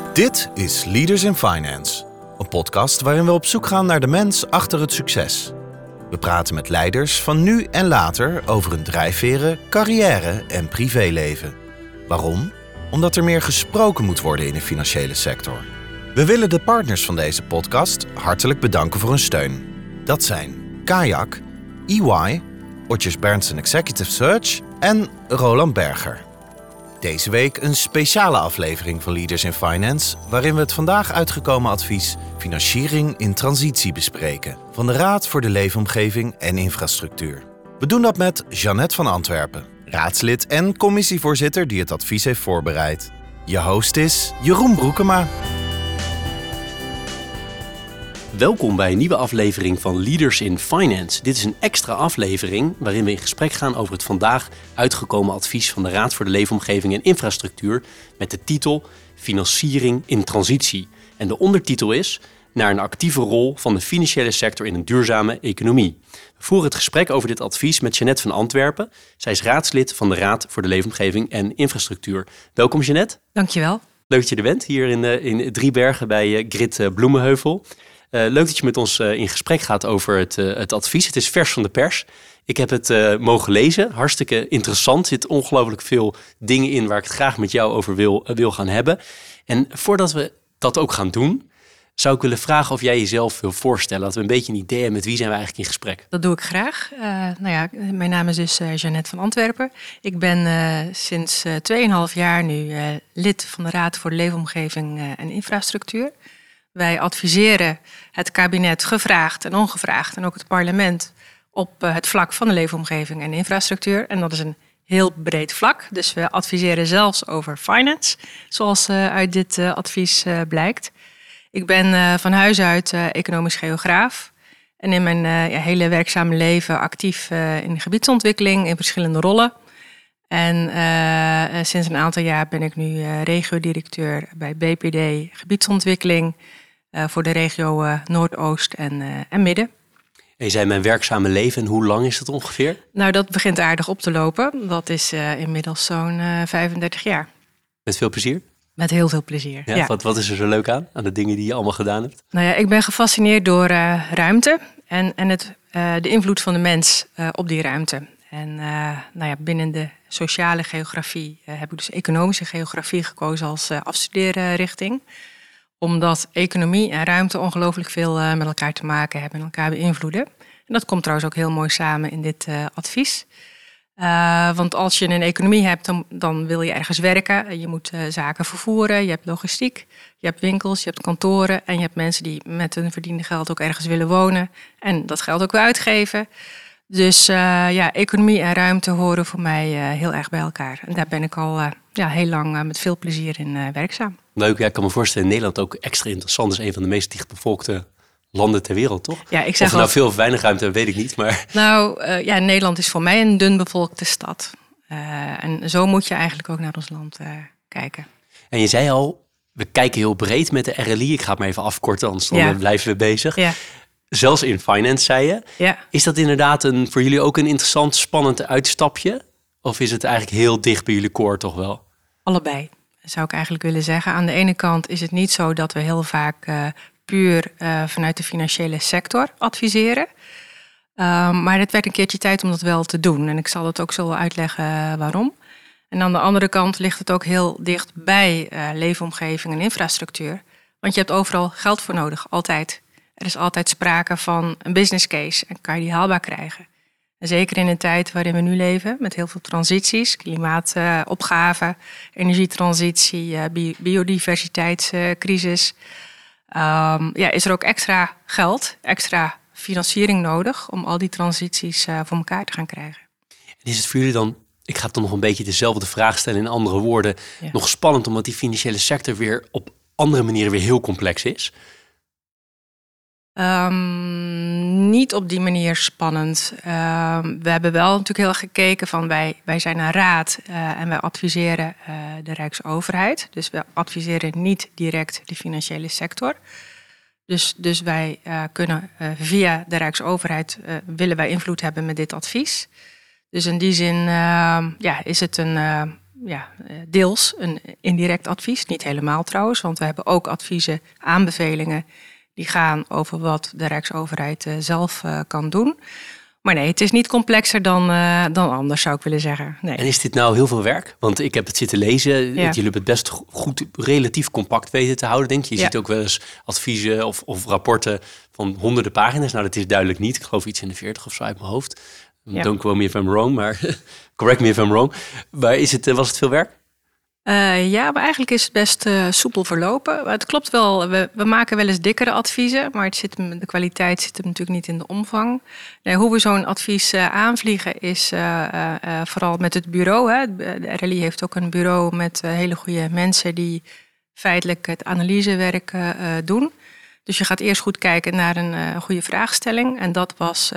Dit is Leaders in Finance, een podcast waarin we op zoek gaan naar de mens achter het succes. We praten met leiders van nu en later over hun drijfveren, carrière en privéleven. Waarom? Omdat er meer gesproken moet worden in de financiële sector. We willen de partners van deze podcast hartelijk bedanken voor hun steun. Dat zijn Kayak, EY, Otjes Berndsen Executive Search en Roland Berger. Deze week een speciale aflevering van Leaders in Finance, waarin we het vandaag uitgekomen advies Financiering in Transitie bespreken van de Raad voor de Leefomgeving en Infrastructuur. We doen dat met Jeannette van Antwerpen, raadslid en commissievoorzitter die het advies heeft voorbereid. Je host is Jeroen Broekema. Welkom bij een nieuwe aflevering van Leaders in Finance. Dit is een extra aflevering waarin we in gesprek gaan over het vandaag uitgekomen advies van de Raad voor de Leefomgeving en Infrastructuur met de titel Financiering in Transitie. En de ondertitel is naar een actieve rol van de financiële sector in een duurzame economie. We voeren het gesprek over dit advies met Jeannette van Antwerpen. Zij is raadslid van de Raad voor de Leefomgeving en Infrastructuur. Welkom Jeannette. Dankjewel. Leuk dat je er bent, hier in Driebergen bij Grit Bloemenheuvel. Leuk dat je met ons in gesprek gaat over het advies. Het is vers van de pers. Ik heb het mogen lezen. Hartstikke interessant. Er zitten ongelooflijk veel dingen in waar ik het graag met jou over wil gaan hebben. En voordat we dat ook gaan doen, zou ik willen vragen of jij jezelf wil voorstellen. Dat we een beetje een idee hebben met wie zijn we eigenlijk in gesprek. Dat doe ik graag. Mijn naam is dus Jeannette van Antwerpen. Ik ben sinds 2,5 jaar nu lid van de Raad voor de Leefomgeving en Infrastructuur. Wij adviseren het kabinet gevraagd en ongevraagd en ook het parlement op het vlak van de leefomgeving en infrastructuur. En dat is een heel breed vlak. Dus we adviseren zelfs over finance, zoals uit dit advies blijkt. Ik ben van huis uit economisch geograaf en in mijn hele werkzame leven actief in gebiedsontwikkeling in verschillende rollen. En sinds een aantal jaar ben ik nu regio-directeur bij BPD gebiedsontwikkeling voor de regio Noordoost en Midden. En je zei mijn werkzame leven, en hoe lang is dat ongeveer? Nou, dat begint aardig op te lopen. Dat is inmiddels zo'n 35 jaar. Met veel plezier? Met heel veel plezier, ja. Wat is er zo leuk aan de dingen die je allemaal gedaan hebt? Nou ja, ik ben gefascineerd door ruimte en de invloed van de mens op die ruimte. En binnen de sociale geografie heb ik dus economische geografie gekozen als afstudeerrichting. Omdat economie en ruimte ongelooflijk veel met elkaar te maken hebben en elkaar beïnvloeden. En dat komt trouwens ook heel mooi samen in dit advies. Want als je een economie hebt, dan wil je ergens werken. Je moet zaken vervoeren, je hebt logistiek, je hebt winkels, je hebt kantoren. En je hebt mensen die met hun verdiende geld ook ergens willen wonen. En dat geld ook weer uitgeven. Dus economie en ruimte horen voor mij heel erg bij elkaar. En daar ben ik al heel lang met veel plezier in werkzaam. Leuk, ja, ik kan me voorstellen in Nederland ook extra interessant. Het is een van de meest dichtbevolkte landen ter wereld, toch? Ja, ik zeg of we nou veel of weinig ruimte hebben, weet ik niet. Maar... Nederland is voor mij een dunbevolkte stad. En zo moet je eigenlijk ook naar ons land kijken. En je zei al, we kijken heel breed met de RLI. Ik ga het maar even afkorten, anders blijven we bezig. Ja. Zelfs in finance, zei je. Ja. Is dat inderdaad voor jullie ook een interessant, spannend uitstapje? Of is het eigenlijk heel dicht bij jullie core toch wel? Allebei, zou ik eigenlijk willen zeggen. Aan de ene kant is het niet zo dat we heel vaak puur vanuit de financiële sector adviseren. Maar het werd een keertje tijd om dat wel te doen. En ik zal het ook zo uitleggen waarom. En aan de andere kant ligt het ook heel dicht bij leefomgeving en infrastructuur. Want je hebt overal geld voor nodig, altijd. Er is altijd sprake van een business case en kan je die haalbaar krijgen. En zeker in een tijd waarin we nu leven, met heel veel transities, klimaatopgave, energietransitie, biodiversiteitscrisis, is er ook extra geld, extra financiering nodig om al die transities voor elkaar te gaan krijgen. En is het voor jullie dan, ik ga toch nog een beetje dezelfde vraag stellen in andere woorden, nog spannend omdat die financiële sector weer op andere manieren weer heel complex is? Niet op die manier spannend. We hebben wel natuurlijk heel erg gekeken van wij zijn een raad en wij adviseren de Rijksoverheid. Dus we adviseren niet direct de financiële sector. Dus wij kunnen via de Rijksoverheid willen wij invloed hebben met dit advies. Dus in die zin is het deels een indirect advies. Niet helemaal trouwens, want we hebben ook adviezen, aanbevelingen die gaan over wat de Rijksoverheid zelf kan doen. Maar nee, het is niet complexer dan anders, zou ik willen zeggen. Nee. En is dit nou heel veel werk? Want ik heb het zitten lezen. Ja. Jullie hebben het best goed, relatief compact weten te houden, denk je. Je ziet ook wel eens adviezen of rapporten van honderden pagina's. Nou, dat is duidelijk niet. Ik geloof iets in de 40 of zo uit mijn hoofd. Ja. Don't quote me if I'm wrong, maar correct me if I'm wrong. Maar was het veel werk? Maar eigenlijk is het best soepel verlopen. Het klopt wel, we maken wel eens dikkere adviezen, maar de kwaliteit zit hem natuurlijk niet in de omvang. Nee, hoe we zo'n advies aanvliegen is vooral met het bureau. Hè. De RLI heeft ook een bureau met hele goede mensen die feitelijk het analysewerk doen. Dus je gaat eerst goed kijken naar een goede vraagstelling. En dat was,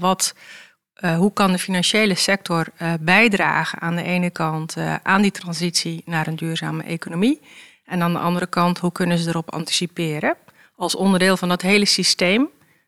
hoe kan de financiële sector bijdragen aan de ene kant aan die transitie naar een duurzame economie. En aan de andere kant, hoe kunnen ze erop anticiperen? Als onderdeel van dat hele systeem,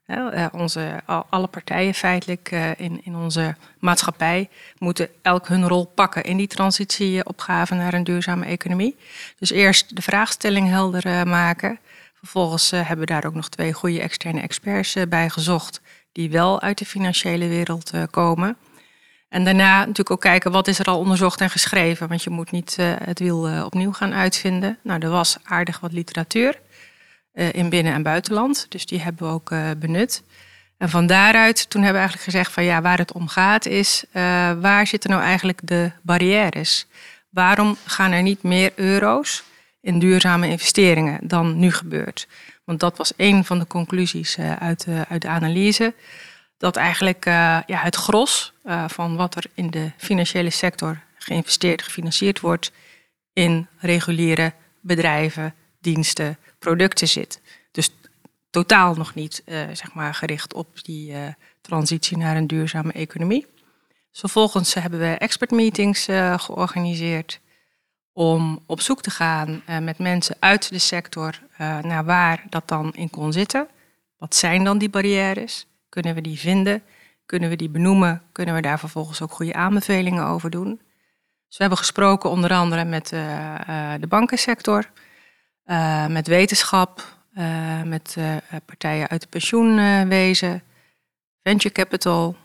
alle partijen feitelijk in onze maatschappij moeten elk hun rol pakken in die transitieopgave naar een duurzame economie. Dus eerst de vraagstelling helder maken. Vervolgens hebben we daar ook nog 2 goede externe experts bij gezocht die wel uit de financiële wereld komen. En daarna natuurlijk ook kijken wat is er al onderzocht en geschreven. Want je moet niet het wiel opnieuw gaan uitvinden. Nou, er was aardig wat literatuur in binnen- en buitenland. Dus die hebben we ook benut. En van daaruit, toen hebben we eigenlijk gezegd van waar het om gaat is, waar zitten nou eigenlijk de barrières? Waarom gaan er niet meer euro's in duurzame investeringen dan nu gebeurt? Want dat was een van de conclusies uit de analyse. Dat eigenlijk het gros van wat er in de financiële sector gefinancierd wordt, in reguliere bedrijven, diensten, producten zit. Dus totaal nog niet gericht op die transitie naar een duurzame economie. Dus vervolgens hebben we expertmeetings georganiseerd om op zoek te gaan met mensen uit de sector naar waar dat dan in kon zitten. Wat zijn dan die barrières? Kunnen we die vinden? Kunnen we die benoemen? Kunnen we daar vervolgens ook goede aanbevelingen over doen? Dus we hebben gesproken onder andere met de bankensector, met wetenschap, met partijen uit het pensioenwezen, venture capital.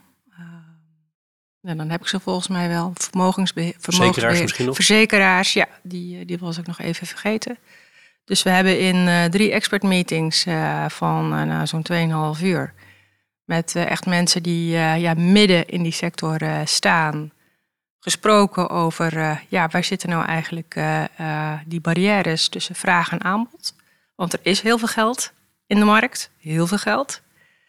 En dan heb ik ze volgens mij wel. Verzekeraars misschien nog? Verzekeraars, ja, die was ik nog even vergeten. Dus we hebben in 3 expertmeetings van zo'n 2,5 uur... met echt mensen die midden in die sector staan, gesproken over waar zitten nou eigenlijk die barrières tussen vraag en aanbod. Want er is heel veel geld in de markt, heel veel geld.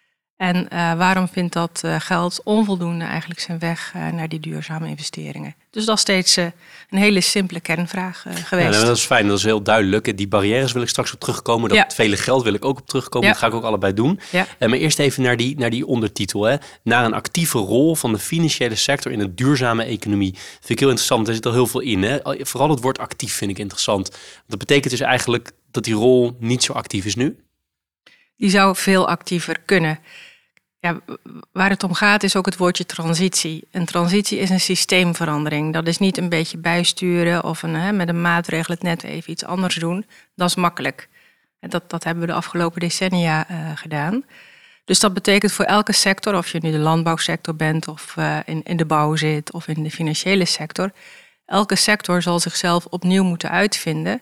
En waarom vindt dat geld onvoldoende eigenlijk zijn weg naar die duurzame investeringen? Dus dat is steeds een hele simpele kernvraag geweest. Ja, dat is fijn, dat is heel duidelijk. Die barrières wil ik straks op terugkomen. Dat vele geld wil ik ook op terugkomen. Dat ga ik ook allebei doen. Ja. Maar eerst even naar die ondertitel. Hè. Naar een actieve rol van de financiële sector in een duurzame economie. Dat vind ik heel interessant. Er zit al heel veel in. Hè. Vooral het woord actief vind ik interessant. Want dat betekent dus eigenlijk dat die rol niet zo actief is nu? Die zou veel actiever kunnen. Ja, waar het om gaat is ook het woordje transitie. Een transitie is een systeemverandering. Dat is niet een beetje bijsturen of met een maatregel het net even iets anders doen. Dat is makkelijk. Dat hebben we de afgelopen decennia gedaan. Dus dat betekent voor elke sector, of je nu de landbouwsector bent of in de bouw zit of in de financiële sector. Elke sector zal zichzelf opnieuw moeten uitvinden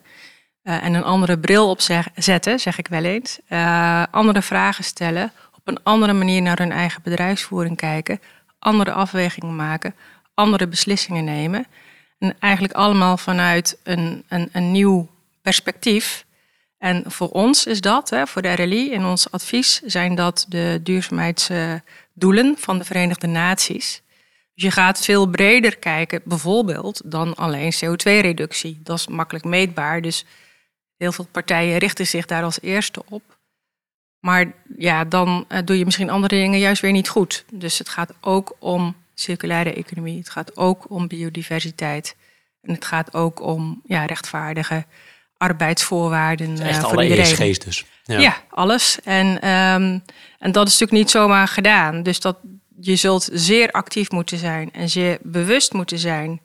en een andere bril opzetten, zeg ik wel eens. Andere vragen stellen, op een andere manier naar hun eigen bedrijfsvoering kijken, andere afwegingen maken, andere beslissingen nemen. En eigenlijk allemaal vanuit een nieuw perspectief. En voor ons is dat, voor de RLI, in ons advies, zijn dat de duurzaamheidsdoelen van de Verenigde Naties. Dus je gaat veel breder kijken, bijvoorbeeld, dan alleen CO2-reductie. Dat is makkelijk meetbaar, dus heel veel partijen richten zich daar als eerste op. Maar ja, dan doe je misschien andere dingen juist weer niet goed. Dus het gaat ook om circulaire economie, het gaat ook om biodiversiteit. En het gaat ook om rechtvaardige arbeidsvoorwaarden echt voor alle iedereen. ESG's dus. Ja, alles. En dat is natuurlijk niet zomaar gedaan. Dus je zult zeer actief moeten zijn en zeer bewust moeten zijn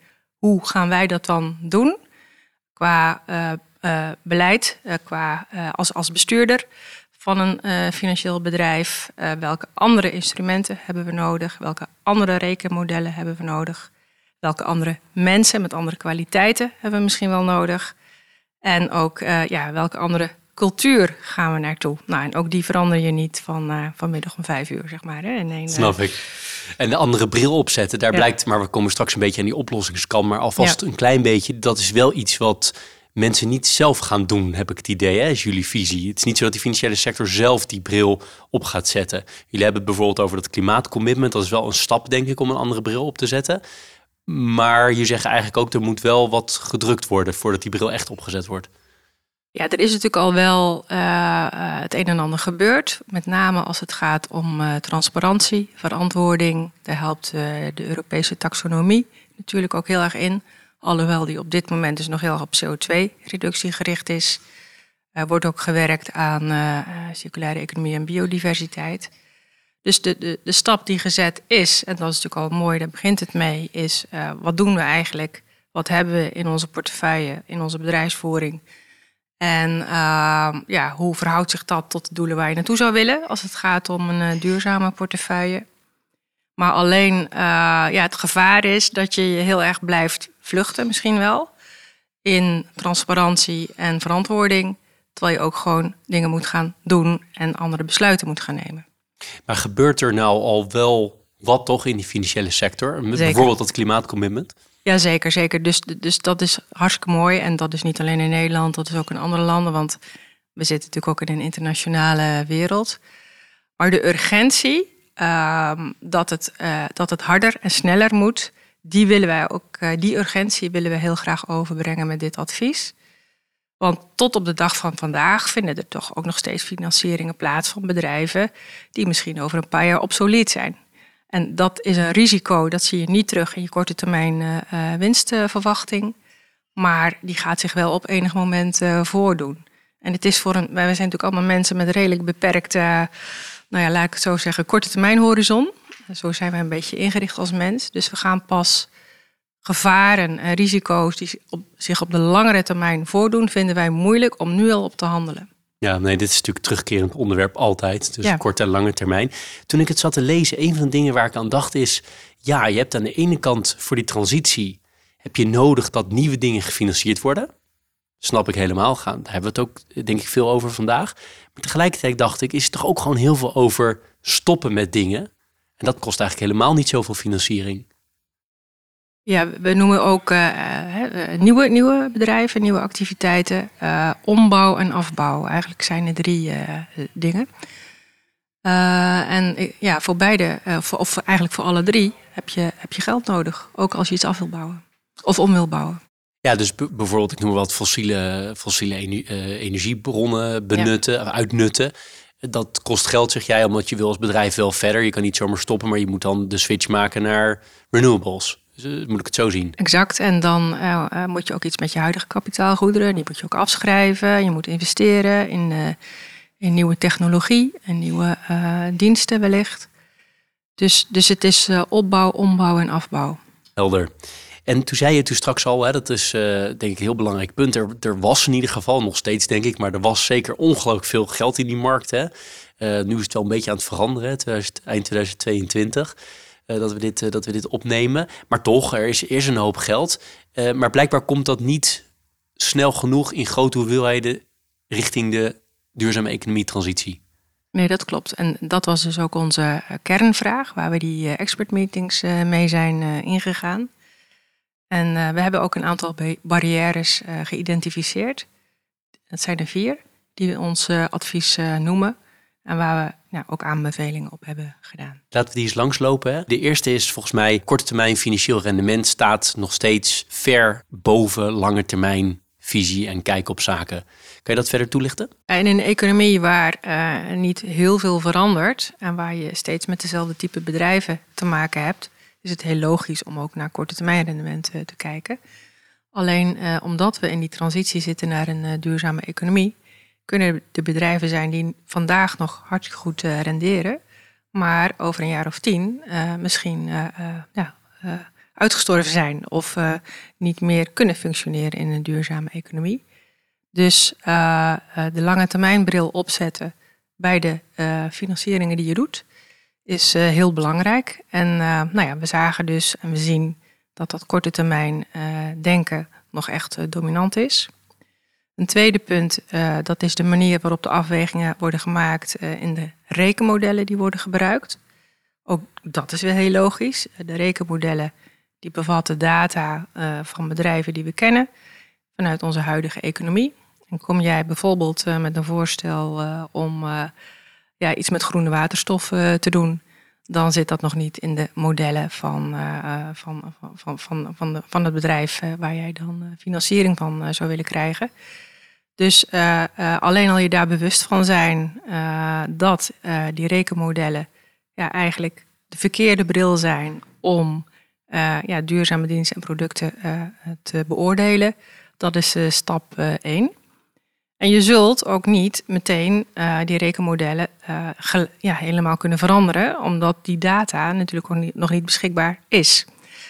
hoe gaan wij dat dan doen? Qua beleid, als bestuurder van een financieel bedrijf. Welke andere instrumenten hebben we nodig? Welke andere rekenmodellen hebben we nodig? Welke andere mensen met andere kwaliteiten hebben we misschien wel nodig? En ook welke andere cultuur gaan we naartoe? Nou, en ook die verander je niet vanmiddag om 5 uur, zeg maar. Hè? Snap ik. En de andere bril opzetten, daar blijkt, maar we komen straks een beetje aan die oplossingskant, maar alvast een klein beetje, dat is wel iets wat mensen niet zelf gaan doen, heb ik het idee, hè, is jullie visie. Het is niet zo dat die financiële sector zelf die bril op gaat zetten. Jullie hebben het bijvoorbeeld over dat klimaatcommitment, dat is wel een stap, denk ik, om een andere bril op te zetten. Maar je zegt eigenlijk ook, er moet wel wat gedrukt worden voordat die bril echt opgezet wordt. Ja, er is natuurlijk al wel het een en ander gebeurd. Met name als het gaat om transparantie, verantwoording. Daar helpt de Europese taxonomie natuurlijk ook heel erg in. Alhoewel die op dit moment dus nog heel erg op CO2-reductie gericht is. Er wordt ook gewerkt aan circulaire economie en biodiversiteit. Dus de stap die gezet is, en dat is natuurlijk al mooi, daar begint het mee, is wat doen we eigenlijk? Wat hebben we in onze portefeuille, in onze bedrijfsvoering? En hoe verhoudt zich dat tot de doelen waar je naartoe zou willen als het gaat om een duurzame portefeuille? Maar alleen het gevaar is dat je heel erg blijft vluchten, misschien wel, in transparantie en verantwoording, terwijl je ook gewoon dingen moet gaan doen en andere besluiten moet gaan nemen. Maar gebeurt er nou al wel wat toch in die financiële sector? Met bijvoorbeeld dat klimaatcommitment? Ja, zeker. Dus dat is hartstikke mooi. En dat is niet alleen in Nederland, dat is ook in andere landen. Want we zitten natuurlijk ook in een internationale wereld. Maar de urgentie dat het harder en sneller moet, die urgentie willen we heel graag overbrengen met dit advies. Want tot op de dag van vandaag vinden er toch ook nog steeds financieringen plaats van bedrijven die misschien over een paar jaar obsolet zijn. En dat is een risico, dat zie je niet terug in je korte termijn winstverwachting. Maar die gaat zich wel op enig moment voordoen. En het is wij zijn natuurlijk allemaal mensen met redelijk beperkte, laat ik het zo zeggen, korte termijn horizon. Zo zijn we een beetje ingericht als mens. Dus we gaan pas gevaren en risico's die zich op de langere termijn voordoen, vinden wij moeilijk om nu al op te handelen. Ja, nee, dit is natuurlijk terugkerend onderwerp altijd. Dus korte en lange termijn. Toen ik het zat te lezen, een van de dingen waar ik aan dacht is, je hebt aan de ene kant voor die transitie, heb je nodig dat nieuwe dingen gefinancierd worden. Snap ik helemaal. Daar hebben we het ook, denk ik, veel over vandaag. Maar tegelijkertijd dacht ik, is het toch ook gewoon heel veel over stoppen met dingen. En dat kost eigenlijk helemaal niet zoveel financiering. Ja, we noemen ook nieuwe bedrijven, nieuwe activiteiten, ombouw en afbouw. Eigenlijk zijn er 3 dingen. Voor beide, of eigenlijk voor alle 3, heb je geld nodig. Ook als je iets af wil bouwen of om wil bouwen. Ja, dus bijvoorbeeld, ik noem wat fossiele energiebronnen benutten, uitnutten. Dat kost geld, zeg jij, omdat je wil als bedrijf wel verder. Je kan niet zomaar stoppen, maar je moet dan de switch maken naar renewables. Dus, moet ik het zo zien? Exact. En dan moet je ook iets met je huidige kapitaalgoederen. Die moet je ook afschrijven. Je moet investeren in nieuwe technologie en nieuwe diensten wellicht. Dus het is opbouw, ombouw en afbouw. Helder. En toen zei je toen straks al, dat is denk ik een heel belangrijk punt. Er was in ieder geval, nog steeds denk ik, maar er was zeker ongelooflijk veel geld in die markt. Hè? Nu is het wel een beetje aan het veranderen, eind 2022, dat we dit opnemen. Maar toch, er is een hoop geld. Maar blijkbaar komt dat niet snel genoeg in grote hoeveelheden richting de duurzame economietransitie. Nee, dat klopt. En dat was dus ook onze kernvraag, waar we die expertmeetings mee zijn ingegaan. En we hebben ook een aantal barrières geïdentificeerd. Dat zijn er 4 die we ons advies noemen. En waar we ook aanbevelingen op hebben gedaan. Laten we die eens langslopen. Hè? De eerste is volgens mij, korte termijn financieel rendement staat nog steeds ver boven lange termijn visie en kijk op zaken. Kan je dat verder toelichten? In een economie waar niet heel veel verandert en waar je steeds met dezelfde type bedrijven te maken hebt, is het heel logisch om ook naar korte termijn rendementen te kijken. Alleen omdat we in die transitie zitten naar een duurzame economie, kunnen er bedrijven zijn die vandaag nog hartstikke goed renderen, maar over een jaar of 10 misschien uitgestorven zijn of niet meer kunnen functioneren in een duurzame economie. Dus de lange termijnbril opzetten bij de financieringen die je doet is heel belangrijk. En we zagen dus en we zien dat korte termijn denken nog echt dominant is. Een tweede punt, dat is de manier waarop de afwegingen worden gemaakt in de rekenmodellen die worden gebruikt. Ook dat is weer heel logisch. De rekenmodellen die bevatten data van bedrijven die we kennen vanuit onze huidige economie. En kom jij bijvoorbeeld met een voorstel om iets met groene waterstof te doen, dan zit dat nog niet in de modellen van het bedrijf waar jij dan financiering van zou willen krijgen. Dus alleen al je daar bewust van zijn dat die rekenmodellen eigenlijk de verkeerde bril zijn om duurzame diensten en producten te beoordelen, dat is stap 1. En je zult ook niet meteen die rekenmodellen helemaal kunnen veranderen, omdat die data natuurlijk nog niet beschikbaar is.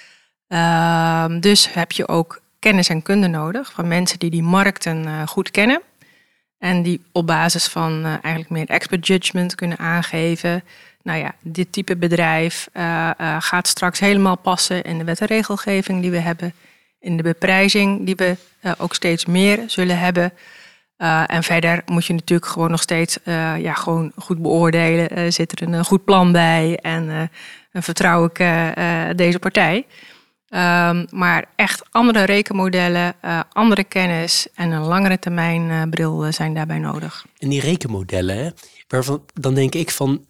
Dus heb je ook kennis en kunde nodig van mensen die markten goed kennen. En die op basis van eigenlijk meer expert judgment kunnen aangeven. Dit type bedrijf gaat straks helemaal passen in de wet en regelgeving die we hebben. In de beprijzing die we ook steeds meer zullen hebben. En verder moet je natuurlijk gewoon nog steeds gewoon goed beoordelen. Zit er een goed plan bij en vertrouw ik deze partij. Maar echt andere rekenmodellen, andere kennis en een langere termijn bril zijn daarbij nodig. En die rekenmodellen, waarvan dan denk ik van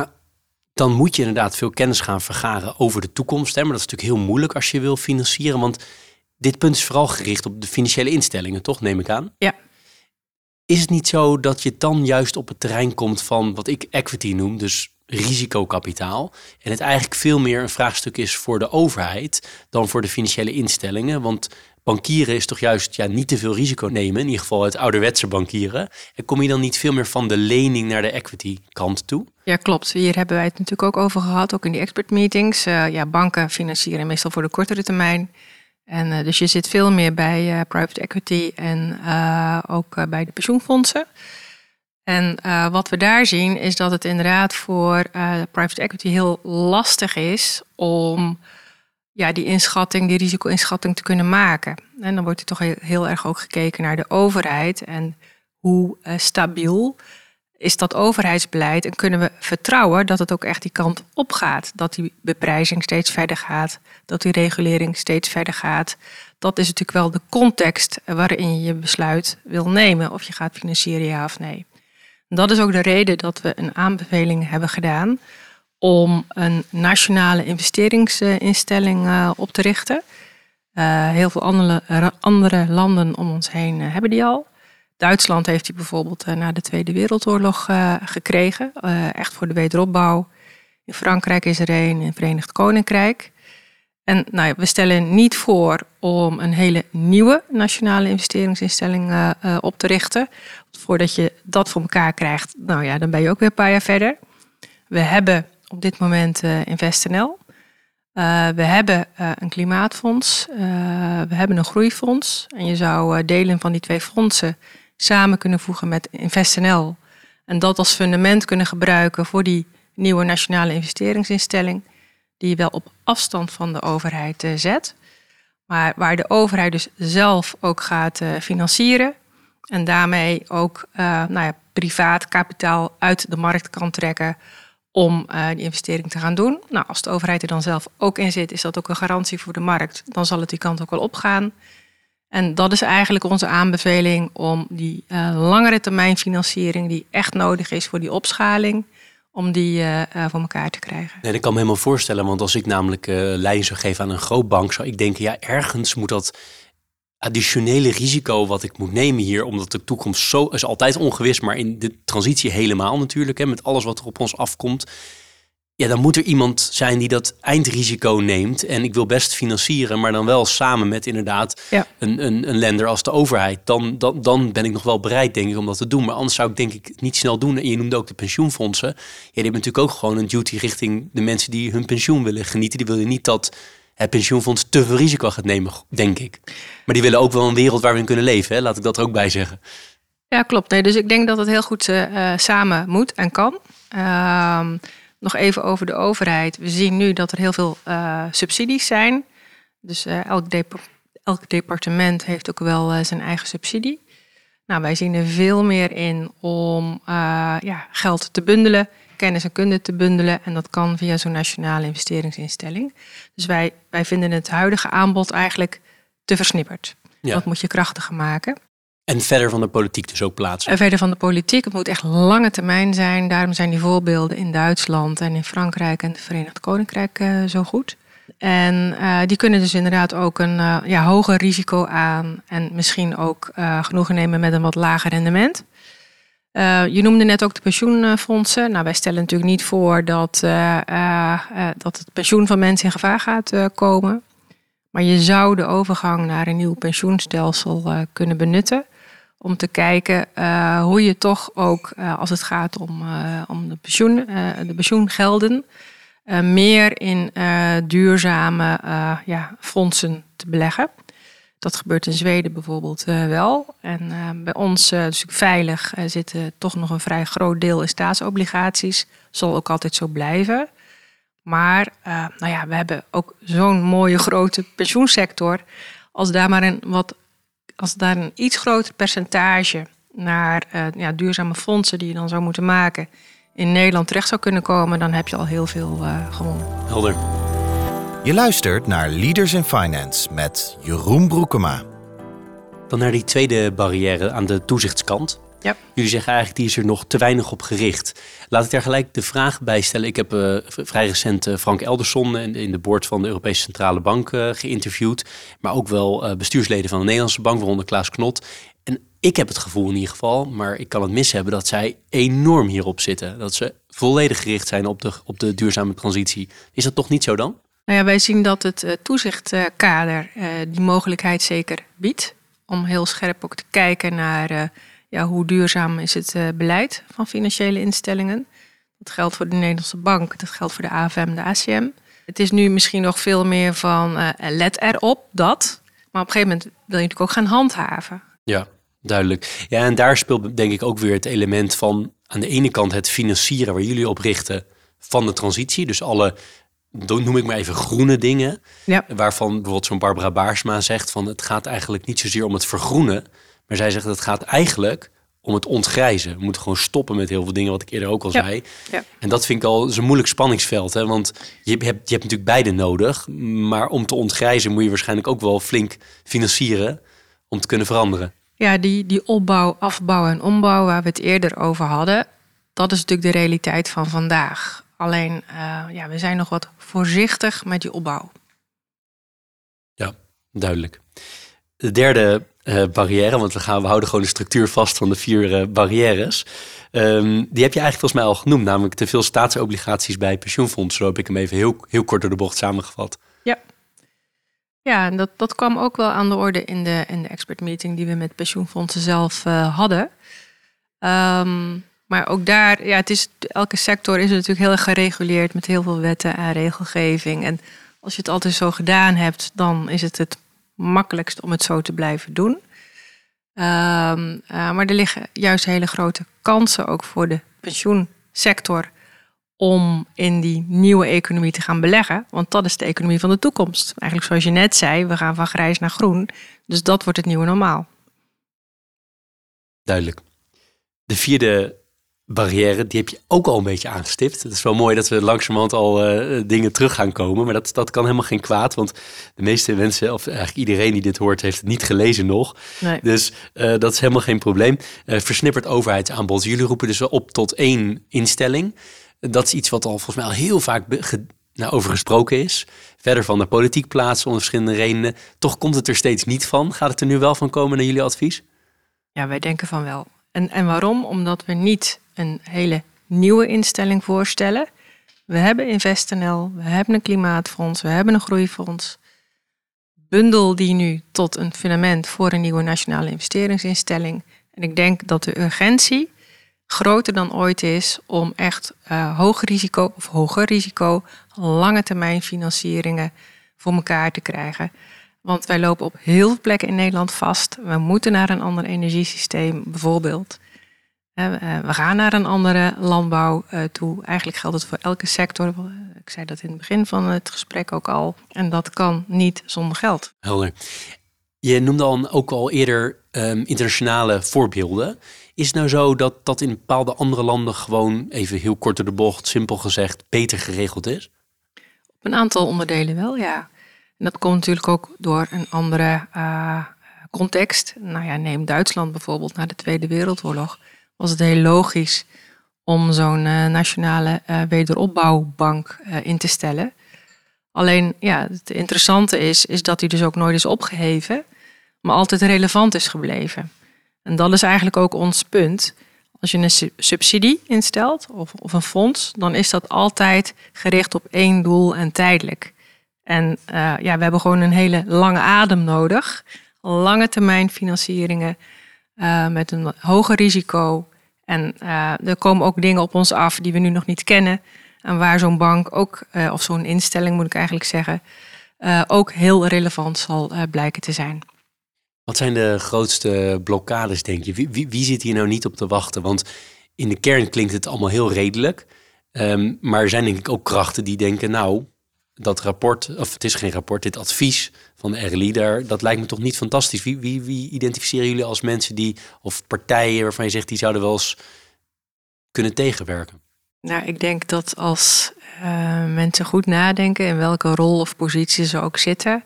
dan moet je inderdaad veel kennis gaan vergaren over de toekomst. Hè? Maar dat is natuurlijk heel moeilijk als je wil financieren. Want dit punt is vooral gericht op de financiële instellingen, toch? Neem ik aan. Ja. Is het niet zo dat je dan juist op het terrein komt van wat ik equity noem, dus risicokapitaal. En het eigenlijk veel meer een vraagstuk is voor de overheid dan voor de financiële instellingen. Want bankieren is toch juist niet te veel risico nemen, in ieder geval het ouderwetse bankieren. En kom je dan niet veel meer van de lening naar de equity kant toe? Ja, klopt. Hier hebben wij het natuurlijk ook over gehad, ook in die expert meetings. Banken financieren meestal voor de kortere termijn. En dus je zit veel meer bij private equity en ook bij de pensioenfondsen. En wat we daar zien is dat het inderdaad voor private equity heel lastig is om die inschatting, die risico-inschatting te kunnen maken. En dan wordt er toch heel erg ook gekeken naar de overheid en hoe stabiel is dat overheidsbeleid en kunnen we vertrouwen dat het ook echt die kant op gaat. Dat die beprijzing steeds verder gaat, dat die regulering steeds verder gaat. Dat is natuurlijk wel de context waarin je besluit wil nemen of je gaat financieren ja of nee. Dat is ook de reden dat we een aanbeveling hebben gedaan om een nationale investeringsinstelling op te richten. Heel veel andere landen om ons heen hebben die al. Duitsland heeft die bijvoorbeeld na de Tweede Wereldoorlog gekregen, echt voor de wederopbouw. In Frankrijk is er een, in het Verenigd Koninkrijk. En we stellen niet voor om een hele nieuwe nationale investeringsinstelling op te richten. Voordat je dat voor elkaar krijgt, dan ben je ook weer een paar jaar verder. We hebben op dit moment InvestNL. We hebben een klimaatfonds. We hebben een groeifonds. En je zou delen van die twee fondsen samen kunnen voegen met InvestNL. En dat als fundament kunnen gebruiken voor die nieuwe nationale investeringsinstelling. Die je wel op afstand van de overheid zet. Maar waar de overheid dus zelf ook gaat financieren. En daarmee ook privaat kapitaal uit de markt kan trekken om die investering te gaan doen. Als de overheid er dan zelf ook in zit, is dat ook een garantie voor de markt. Dan zal het die kant ook wel opgaan. En dat is eigenlijk onze aanbeveling om die langere termijn financiering die echt nodig is voor die opschaling, om die voor elkaar te krijgen. Nee, dat kan me helemaal voorstellen, want als ik namelijk leiding zou geven aan een grootbank, zou ik denken, ergens moet dat additionele risico wat ik moet nemen hier, omdat de toekomst zo is altijd ongewis, maar in de transitie helemaal natuurlijk, met alles wat er op ons afkomt. Ja, dan moet er iemand zijn die dat eindrisico neemt. En ik wil best financieren, maar dan wel samen met inderdaad een lender als de overheid. Dan ben ik nog wel bereid, denk ik, om dat te doen. Maar anders zou ik denk ik niet snel doen. En je noemde ook de pensioenfondsen. Ja, die hebben natuurlijk ook gewoon een duty richting de mensen die hun pensioen willen genieten. Die willen niet dat het pensioenfonds te veel risico gaat nemen, denk ik. Maar die willen ook wel een wereld waar we in kunnen leven. Hè? Laat ik dat er ook bij zeggen. Ja, klopt. Nee, dus ik denk dat het heel goed samen moet en kan. Nog even over de overheid. We zien nu dat er heel veel subsidies zijn. Dus elk departement heeft ook wel zijn eigen subsidie. Nou, wij zien er veel meer in om geld te bundelen, kennis en kunde te bundelen. En dat kan via zo'n nationale investeringsinstelling. Dus wij vinden het huidige aanbod eigenlijk te versnipperd. Ja. Dat moet je krachtiger maken. En verder van de politiek dus ook plaatsen. En verder van de politiek, het moet echt lange termijn zijn. Daarom zijn die voorbeelden in Duitsland en in Frankrijk en het Verenigd Koninkrijk zo goed. En die kunnen dus inderdaad ook een hoger risico aan en misschien ook genoegen nemen met een wat lager rendement. Je noemde net ook de pensioenfondsen. Nou, wij stellen natuurlijk niet voor dat het pensioen van mensen in gevaar gaat komen. Maar je zou de overgang naar een nieuw pensioenstelsel kunnen benutten. Om te kijken hoe je toch ook, als het gaat om de pensioengelden, meer in duurzame fondsen te beleggen. Dat gebeurt in Zweden bijvoorbeeld wel. En bij ons, dus veilig, zit toch nog een vrij groot deel in staatsobligaties. Zal ook altijd zo blijven. Maar we hebben ook zo'n mooie grote pensioensector. Als daar een iets groter percentage naar duurzame fondsen die je dan zou moeten maken in Nederland terecht zou kunnen komen, dan heb je al heel veel gewonnen. Helder. Je luistert naar Leaders in Finance met Jeroen Broekema. Dan naar die tweede barrière aan de toezichtskant. Ja. Jullie zeggen eigenlijk, die is er nog te weinig op gericht. Laat ik daar gelijk de vraag bij stellen. Ik heb vrij recent Frank Elderson in de board van de Europese Centrale Bank geïnterviewd. Maar ook wel bestuursleden van de Nederlandse Bank, waaronder Klaas Knot. En ik heb het gevoel in ieder geval, maar ik kan het mis hebben, dat zij enorm hierop zitten. Dat ze volledig gericht zijn op de duurzame transitie. Is dat toch niet zo dan? Nou ja, wij zien dat het toezichtkader die mogelijkheid zeker biedt. Om heel scherp ook te kijken naar hoe duurzaam is het beleid van financiële instellingen. Dat geldt voor de Nederlandse Bank, dat geldt voor de AFM, de ACM. Het is nu misschien nog veel meer van let erop dat. Maar op een gegeven moment wil je natuurlijk ook gaan handhaven. Ja, duidelijk. Ja, en daar speelt denk ik ook weer het element van aan de ene kant het financieren waar jullie op richten van de transitie. Dus alle, noem ik maar even, groene dingen. Ja. Waarvan bijvoorbeeld zo'n Barbara Baarsma zegt van het gaat eigenlijk niet zozeer om het vergroenen. Maar zij zegt dat het gaat eigenlijk om het ontgrijzen. We moeten gewoon stoppen met heel veel dingen, wat ik eerder ook al zei. Ja. En dat vind ik al een moeilijk spanningsveld. Hè? Want je hebt natuurlijk beide nodig. Maar om te ontgrijzen moet je waarschijnlijk ook wel flink financieren om te kunnen veranderen. Ja, die opbouw, afbouw en ombouw waar we het eerder over hadden, dat is natuurlijk de realiteit van vandaag. Alleen, we zijn nog wat voorzichtig met die opbouw. Ja, duidelijk. De derde barrière, want we houden gewoon de structuur vast van de 4 barrières. Die heb je eigenlijk volgens mij al genoemd, namelijk te veel staatsobligaties bij pensioenfondsen. Zo heb ik hem even heel kort door de bocht samengevat. Ja, en dat kwam ook wel aan de orde in de expert meeting die we met pensioenfondsen zelf hadden. Maar ook daar, elke sector is natuurlijk heel erg gereguleerd met heel veel wetten en regelgeving. En als je het altijd zo gedaan hebt, dan is het makkelijkst om het zo te blijven doen. Maar er liggen juist hele grote kansen ook voor de pensioensector om in die nieuwe economie te gaan beleggen. Want dat is de economie van de toekomst. Eigenlijk zoals je net zei, we gaan van grijs naar groen. Dus dat wordt het nieuwe normaal. Duidelijk. De 4e barrière, die heb je ook al een beetje aangestipt. Het is wel mooi dat we langzamerhand al dingen terug gaan komen. Maar dat kan helemaal geen kwaad. Want de meeste mensen, of eigenlijk iedereen die dit hoort, heeft het niet gelezen nog. Nee. Dus dat is helemaal geen probleem. Versnipperd overheidsaanbod. Jullie roepen dus op tot 1 instelling. Dat is iets wat al volgens mij al heel vaak over gesproken is. Verder van de politiek plaatsen om verschillende redenen. Toch komt het er steeds niet van. Gaat het er nu wel van komen naar jullie advies? Ja, wij denken van wel. En waarom? Omdat we niet een hele nieuwe instelling voorstellen. We hebben InvestNL, we hebben een klimaatfonds, we hebben een groeifonds. Bundel die nu tot een fundament voor een nieuwe nationale investeringsinstelling. En ik denk dat de urgentie groter dan ooit is om echt hoog risico of hoger risico lange termijn financieringen voor elkaar te krijgen. Want wij lopen op heel veel plekken in Nederland vast. We moeten naar een ander energiesysteem bijvoorbeeld. We gaan naar een andere landbouw toe. Eigenlijk geldt het voor elke sector. Ik zei dat in het begin van het gesprek ook al. En dat kan niet zonder geld. Helder. Je noemde dan ook al eerder internationale voorbeelden. Is het nou zo dat in bepaalde andere landen gewoon, even heel kort door de bocht, simpel gezegd, beter geregeld is? Op een aantal onderdelen wel, ja. En dat komt natuurlijk ook door een andere context. Nou ja, neem Duitsland bijvoorbeeld na de Tweede Wereldoorlog. Was het heel logisch om zo'n nationale wederopbouwbank in te stellen. Alleen, ja, het interessante is dat die dus ook nooit is opgeheven, maar altijd relevant is gebleven. En dat is eigenlijk ook ons punt. Als je een subsidie instelt of een fonds, dan is dat altijd gericht op één doel en tijdelijk. En we hebben gewoon een hele lange adem nodig. Lange termijn financieringen met een hoger risico. En er komen ook dingen op ons af die we nu nog niet kennen. En waar zo'n bank ook, of zo'n instelling moet ik eigenlijk zeggen, ook heel relevant zal blijken te zijn. Wat zijn de grootste blokkades, denk je? Wie zit hier nou niet op te wachten? Want in de kern klinkt het allemaal heel redelijk. Maar er zijn denk ik ook krachten die denken, nou, dat rapport, of het is geen rapport, dit advies van de RLI, dat lijkt me toch niet fantastisch. Wie identificeren jullie als mensen die, of partijen waarvan je zegt, die zouden wel eens kunnen tegenwerken? Nou, ik denk dat als mensen goed nadenken in welke rol of positie ze ook zitten,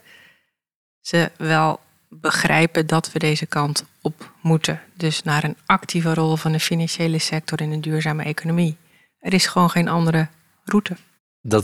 ze wel begrijpen dat we deze kant op moeten. Dus naar een actieve rol van de financiële sector in een duurzame economie. Er is gewoon geen andere route. Dat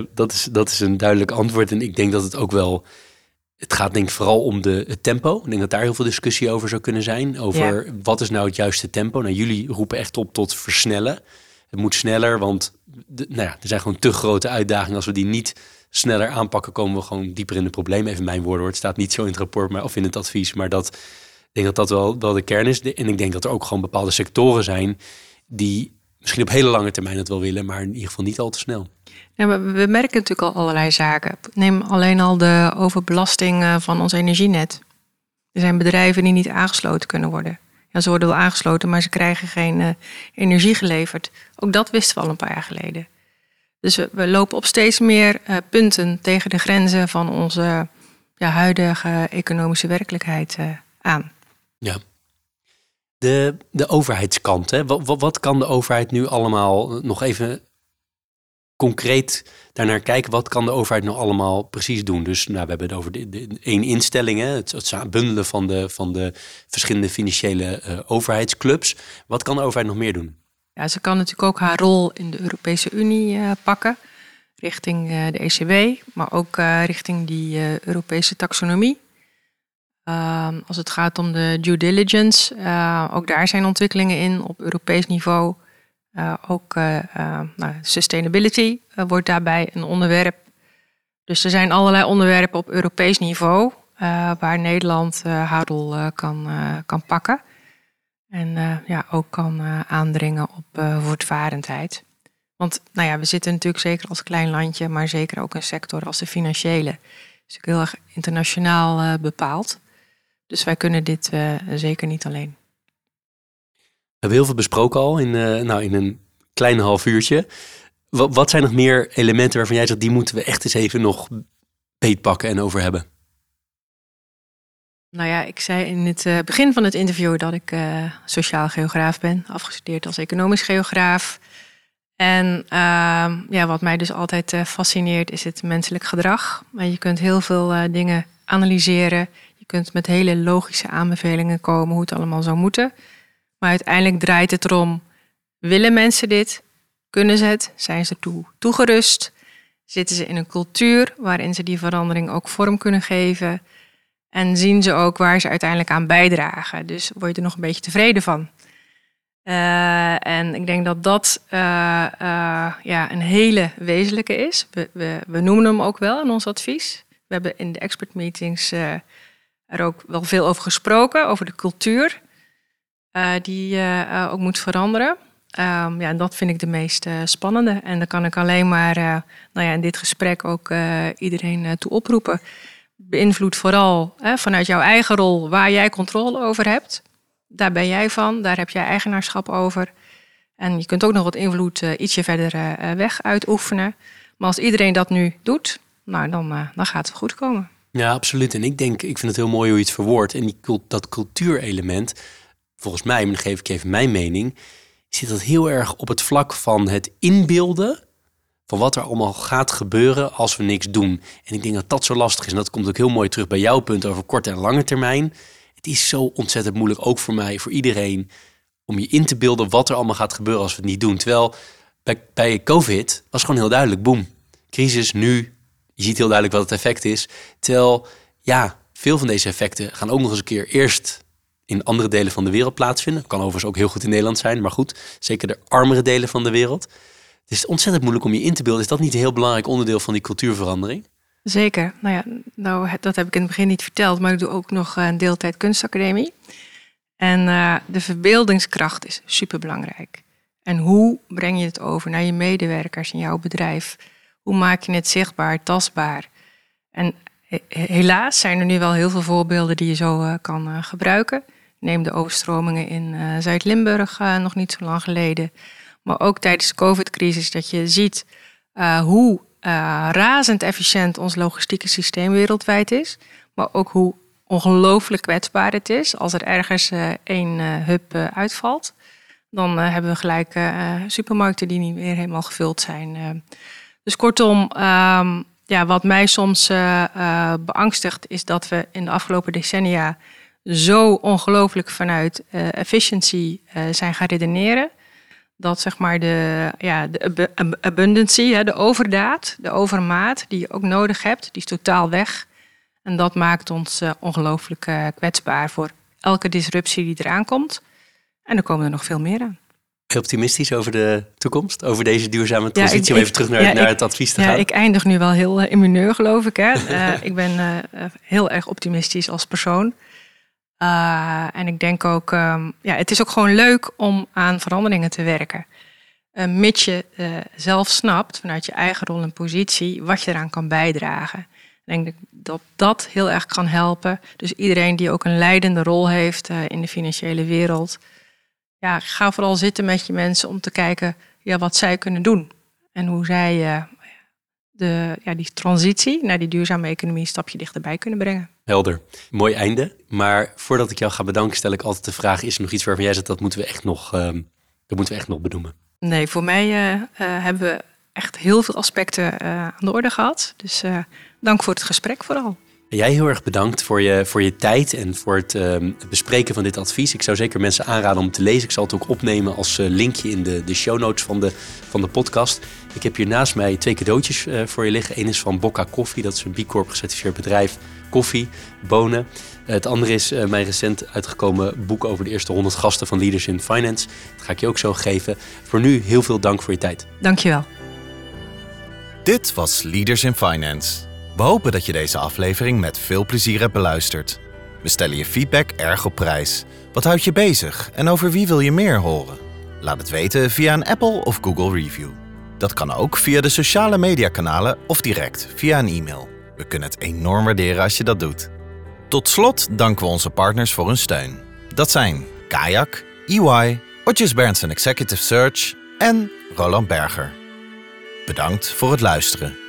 is een duidelijk antwoord. En ik denk dat het ook wel, het gaat denk ik vooral om het tempo. Ik denk dat daar heel veel discussie over zou kunnen zijn. Over wat is nou het juiste tempo. Nou, jullie roepen echt op tot versnellen. Het moet sneller, want er zijn gewoon te grote uitdagingen. Als we die niet sneller aanpakken, komen we gewoon dieper in de problemen. Even mijn woorden hoor. Het staat niet zo in het rapport of in het advies. Maar ik denk dat wel de kern is. En ik denk dat er ook gewoon bepaalde sectoren zijn die misschien op hele lange termijn het wel willen, maar in ieder geval niet al te snel. Ja, maar we merken natuurlijk al allerlei zaken. Neem alleen al de overbelasting van ons energienet. Er zijn bedrijven die niet aangesloten kunnen worden. Ja, ze worden wel aangesloten, maar ze krijgen geen energie geleverd. Ook dat wisten we al een paar jaar geleden. Dus we lopen op steeds meer punten tegen de grenzen van onze huidige economische werkelijkheid aan. Ja. De overheidskant, hè? Wat kan de overheid nu allemaal, nog even concreet daarnaar kijken, wat kan de overheid nou allemaal precies doen? Dus we hebben het over de één instelling, hè? Het bundelen van de verschillende financiële overheidsclubs. Wat kan de overheid nog meer doen? Ja, ze kan natuurlijk ook haar rol in de Europese Unie pakken, richting de ECB, maar ook richting die Europese taxonomie. Als het gaat om de due diligence, ook daar zijn ontwikkelingen in op Europees niveau. Ook sustainability wordt daarbij een onderwerp. Dus er zijn allerlei onderwerpen op Europees niveau waar Nederland haar rol kan pakken. En ook kan aandringen op voortvarendheid. Want we zitten natuurlijk zeker als klein landje, maar zeker ook een sector als de financiële. Dus ook heel erg internationaal bepaald. Dus wij kunnen dit zeker niet alleen. We hebben heel veel besproken al in een klein half uurtje. Wat zijn nog meer elementen waarvan jij zegt, die moeten we echt eens even nog beetpakken en over hebben? Nou ja, ik zei in het begin van het interview dat ik sociaal geograaf ben, afgestudeerd als economisch geograaf. En wat mij dus altijd fascineert is het menselijk gedrag. Je kunt heel veel dingen analyseren. Je kunt met hele logische aanbevelingen komen hoe het allemaal zou moeten. Maar uiteindelijk draait het erom, willen mensen dit? Kunnen ze het? Zijn ze ertoe toegerust? Zitten ze in een cultuur waarin ze die verandering ook vorm kunnen geven? En zien ze ook waar ze uiteindelijk aan bijdragen? Dus word je er nog een beetje tevreden van? En ik denk dat een hele wezenlijke is. We noemen hem ook wel in ons advies. We hebben in de expert meetings er ook wel veel over gesproken, over de cultuur die ook moet veranderen. En dat vind ik de meest spannende. En daar kan ik alleen maar in dit gesprek ook iedereen toe oproepen. Beïnvloed vooral vanuit jouw eigen rol waar jij controle over hebt. Daar ben jij van, daar heb jij eigenaarschap over. En je kunt ook nog wat invloed ietsje verder weg uitoefenen. Maar als iedereen dat nu doet, dan gaat het goed komen. Ja, absoluut. En ik vind het heel mooi hoe je het verwoordt. En dat cultuurelement, volgens mij, maar dan geef ik even mijn mening, zit dat heel erg op het vlak van het inbeelden van wat er allemaal gaat gebeuren als we niks doen. En ik denk dat dat zo lastig is. En dat komt ook heel mooi terug bij jouw punt over korte en lange termijn. Het is zo ontzettend moeilijk, ook voor mij, voor iedereen, om je in te beelden wat er allemaal gaat gebeuren als we het niet doen. Terwijl bij COVID was gewoon heel duidelijk, boem, crisis nu. Je ziet heel duidelijk wat het effect is. Terwijl, veel van deze effecten gaan ook nog eens een keer eerst in andere delen van de wereld plaatsvinden. Kan overigens ook heel goed in Nederland zijn, maar goed, zeker de armere delen van de wereld. Het is ontzettend moeilijk om je in te beelden. Is dat niet een heel belangrijk onderdeel van die cultuurverandering? Zeker. Dat heb ik in het begin niet verteld, maar ik doe ook nog een deeltijd kunstacademie. En de verbeeldingskracht is superbelangrijk. En hoe breng je het over naar je medewerkers in jouw bedrijf? Hoe maak je het zichtbaar, tastbaar? En helaas zijn er nu wel heel veel voorbeelden die je zo kan gebruiken. Neem de overstromingen in Zuid-Limburg nog niet zo lang geleden. Maar ook tijdens de COVID-crisis dat je ziet hoe razend efficiënt ons logistieke systeem wereldwijd is. Maar ook hoe ongelooflijk kwetsbaar het is als er ergens één hub uitvalt. Dan hebben we gelijk supermarkten die niet meer helemaal gevuld zijn. Dus kortom, wat mij soms beangstigt is dat we in de afgelopen decennia zo ongelooflijk vanuit efficiency zijn gaan redeneren. Dat zeg maar de abundancy, de overdaad, de overmaat die je ook nodig hebt, die is totaal weg. En dat maakt ons ongelooflijk kwetsbaar voor elke disruptie die eraan komt. En er komen er nog veel meer aan. Heel optimistisch over de toekomst, over deze duurzame transitie, om even terug naar het advies te gaan. Ja, ik eindig nu wel heel immuneur, geloof ik. Ik ben heel erg optimistisch als persoon. En ik denk ook, het is ook gewoon leuk om aan veranderingen te werken. Mits je zelf snapt, vanuit je eigen rol en positie, wat je eraan kan bijdragen. Ik denk dat dat heel erg kan helpen. Dus iedereen die ook een leidende rol heeft in de financiële wereld, ga vooral zitten met je mensen om te kijken wat zij kunnen doen. En hoe zij die transitie naar die duurzame economie een stapje dichterbij kunnen brengen. Helder. Mooi einde. Maar voordat ik jou ga bedanken, stel ik altijd de vraag, is er nog iets waarvan jij zegt, dat moeten we echt nog benoemen? Nee, voor mij hebben we echt heel veel aspecten aan de orde gehad. Dus dank voor het gesprek vooral. Jij heel erg bedankt voor je tijd en voor het bespreken van dit advies. Ik zou zeker mensen aanraden om te lezen. Ik zal het ook opnemen als linkje in de show notes van de podcast. Ik heb hier naast mij 2 cadeautjes voor je liggen. Eén is van Bocca Koffie, dat is een B Corp gecertificeerd bedrijf. Koffie, bonen. Het andere is mijn recent uitgekomen boek over de eerste 100 gasten van Leaders in Finance. Dat ga ik je ook zo geven. Voor nu heel veel dank voor je tijd. Dank je wel. Dit was Leaders in Finance. We hopen dat je deze aflevering met veel plezier hebt beluisterd. We stellen je feedback erg op prijs. Wat houdt je bezig en over wie wil je meer horen? Laat het weten via een Apple of Google review. Dat kan ook via de sociale mediakanalen of direct via een e-mail. We kunnen het enorm waarderen als je dat doet. Tot slot danken we onze partners voor hun steun. Dat zijn Kayak, EY, Odgers Berndsen Executive Search en Roland Berger. Bedankt voor het luisteren.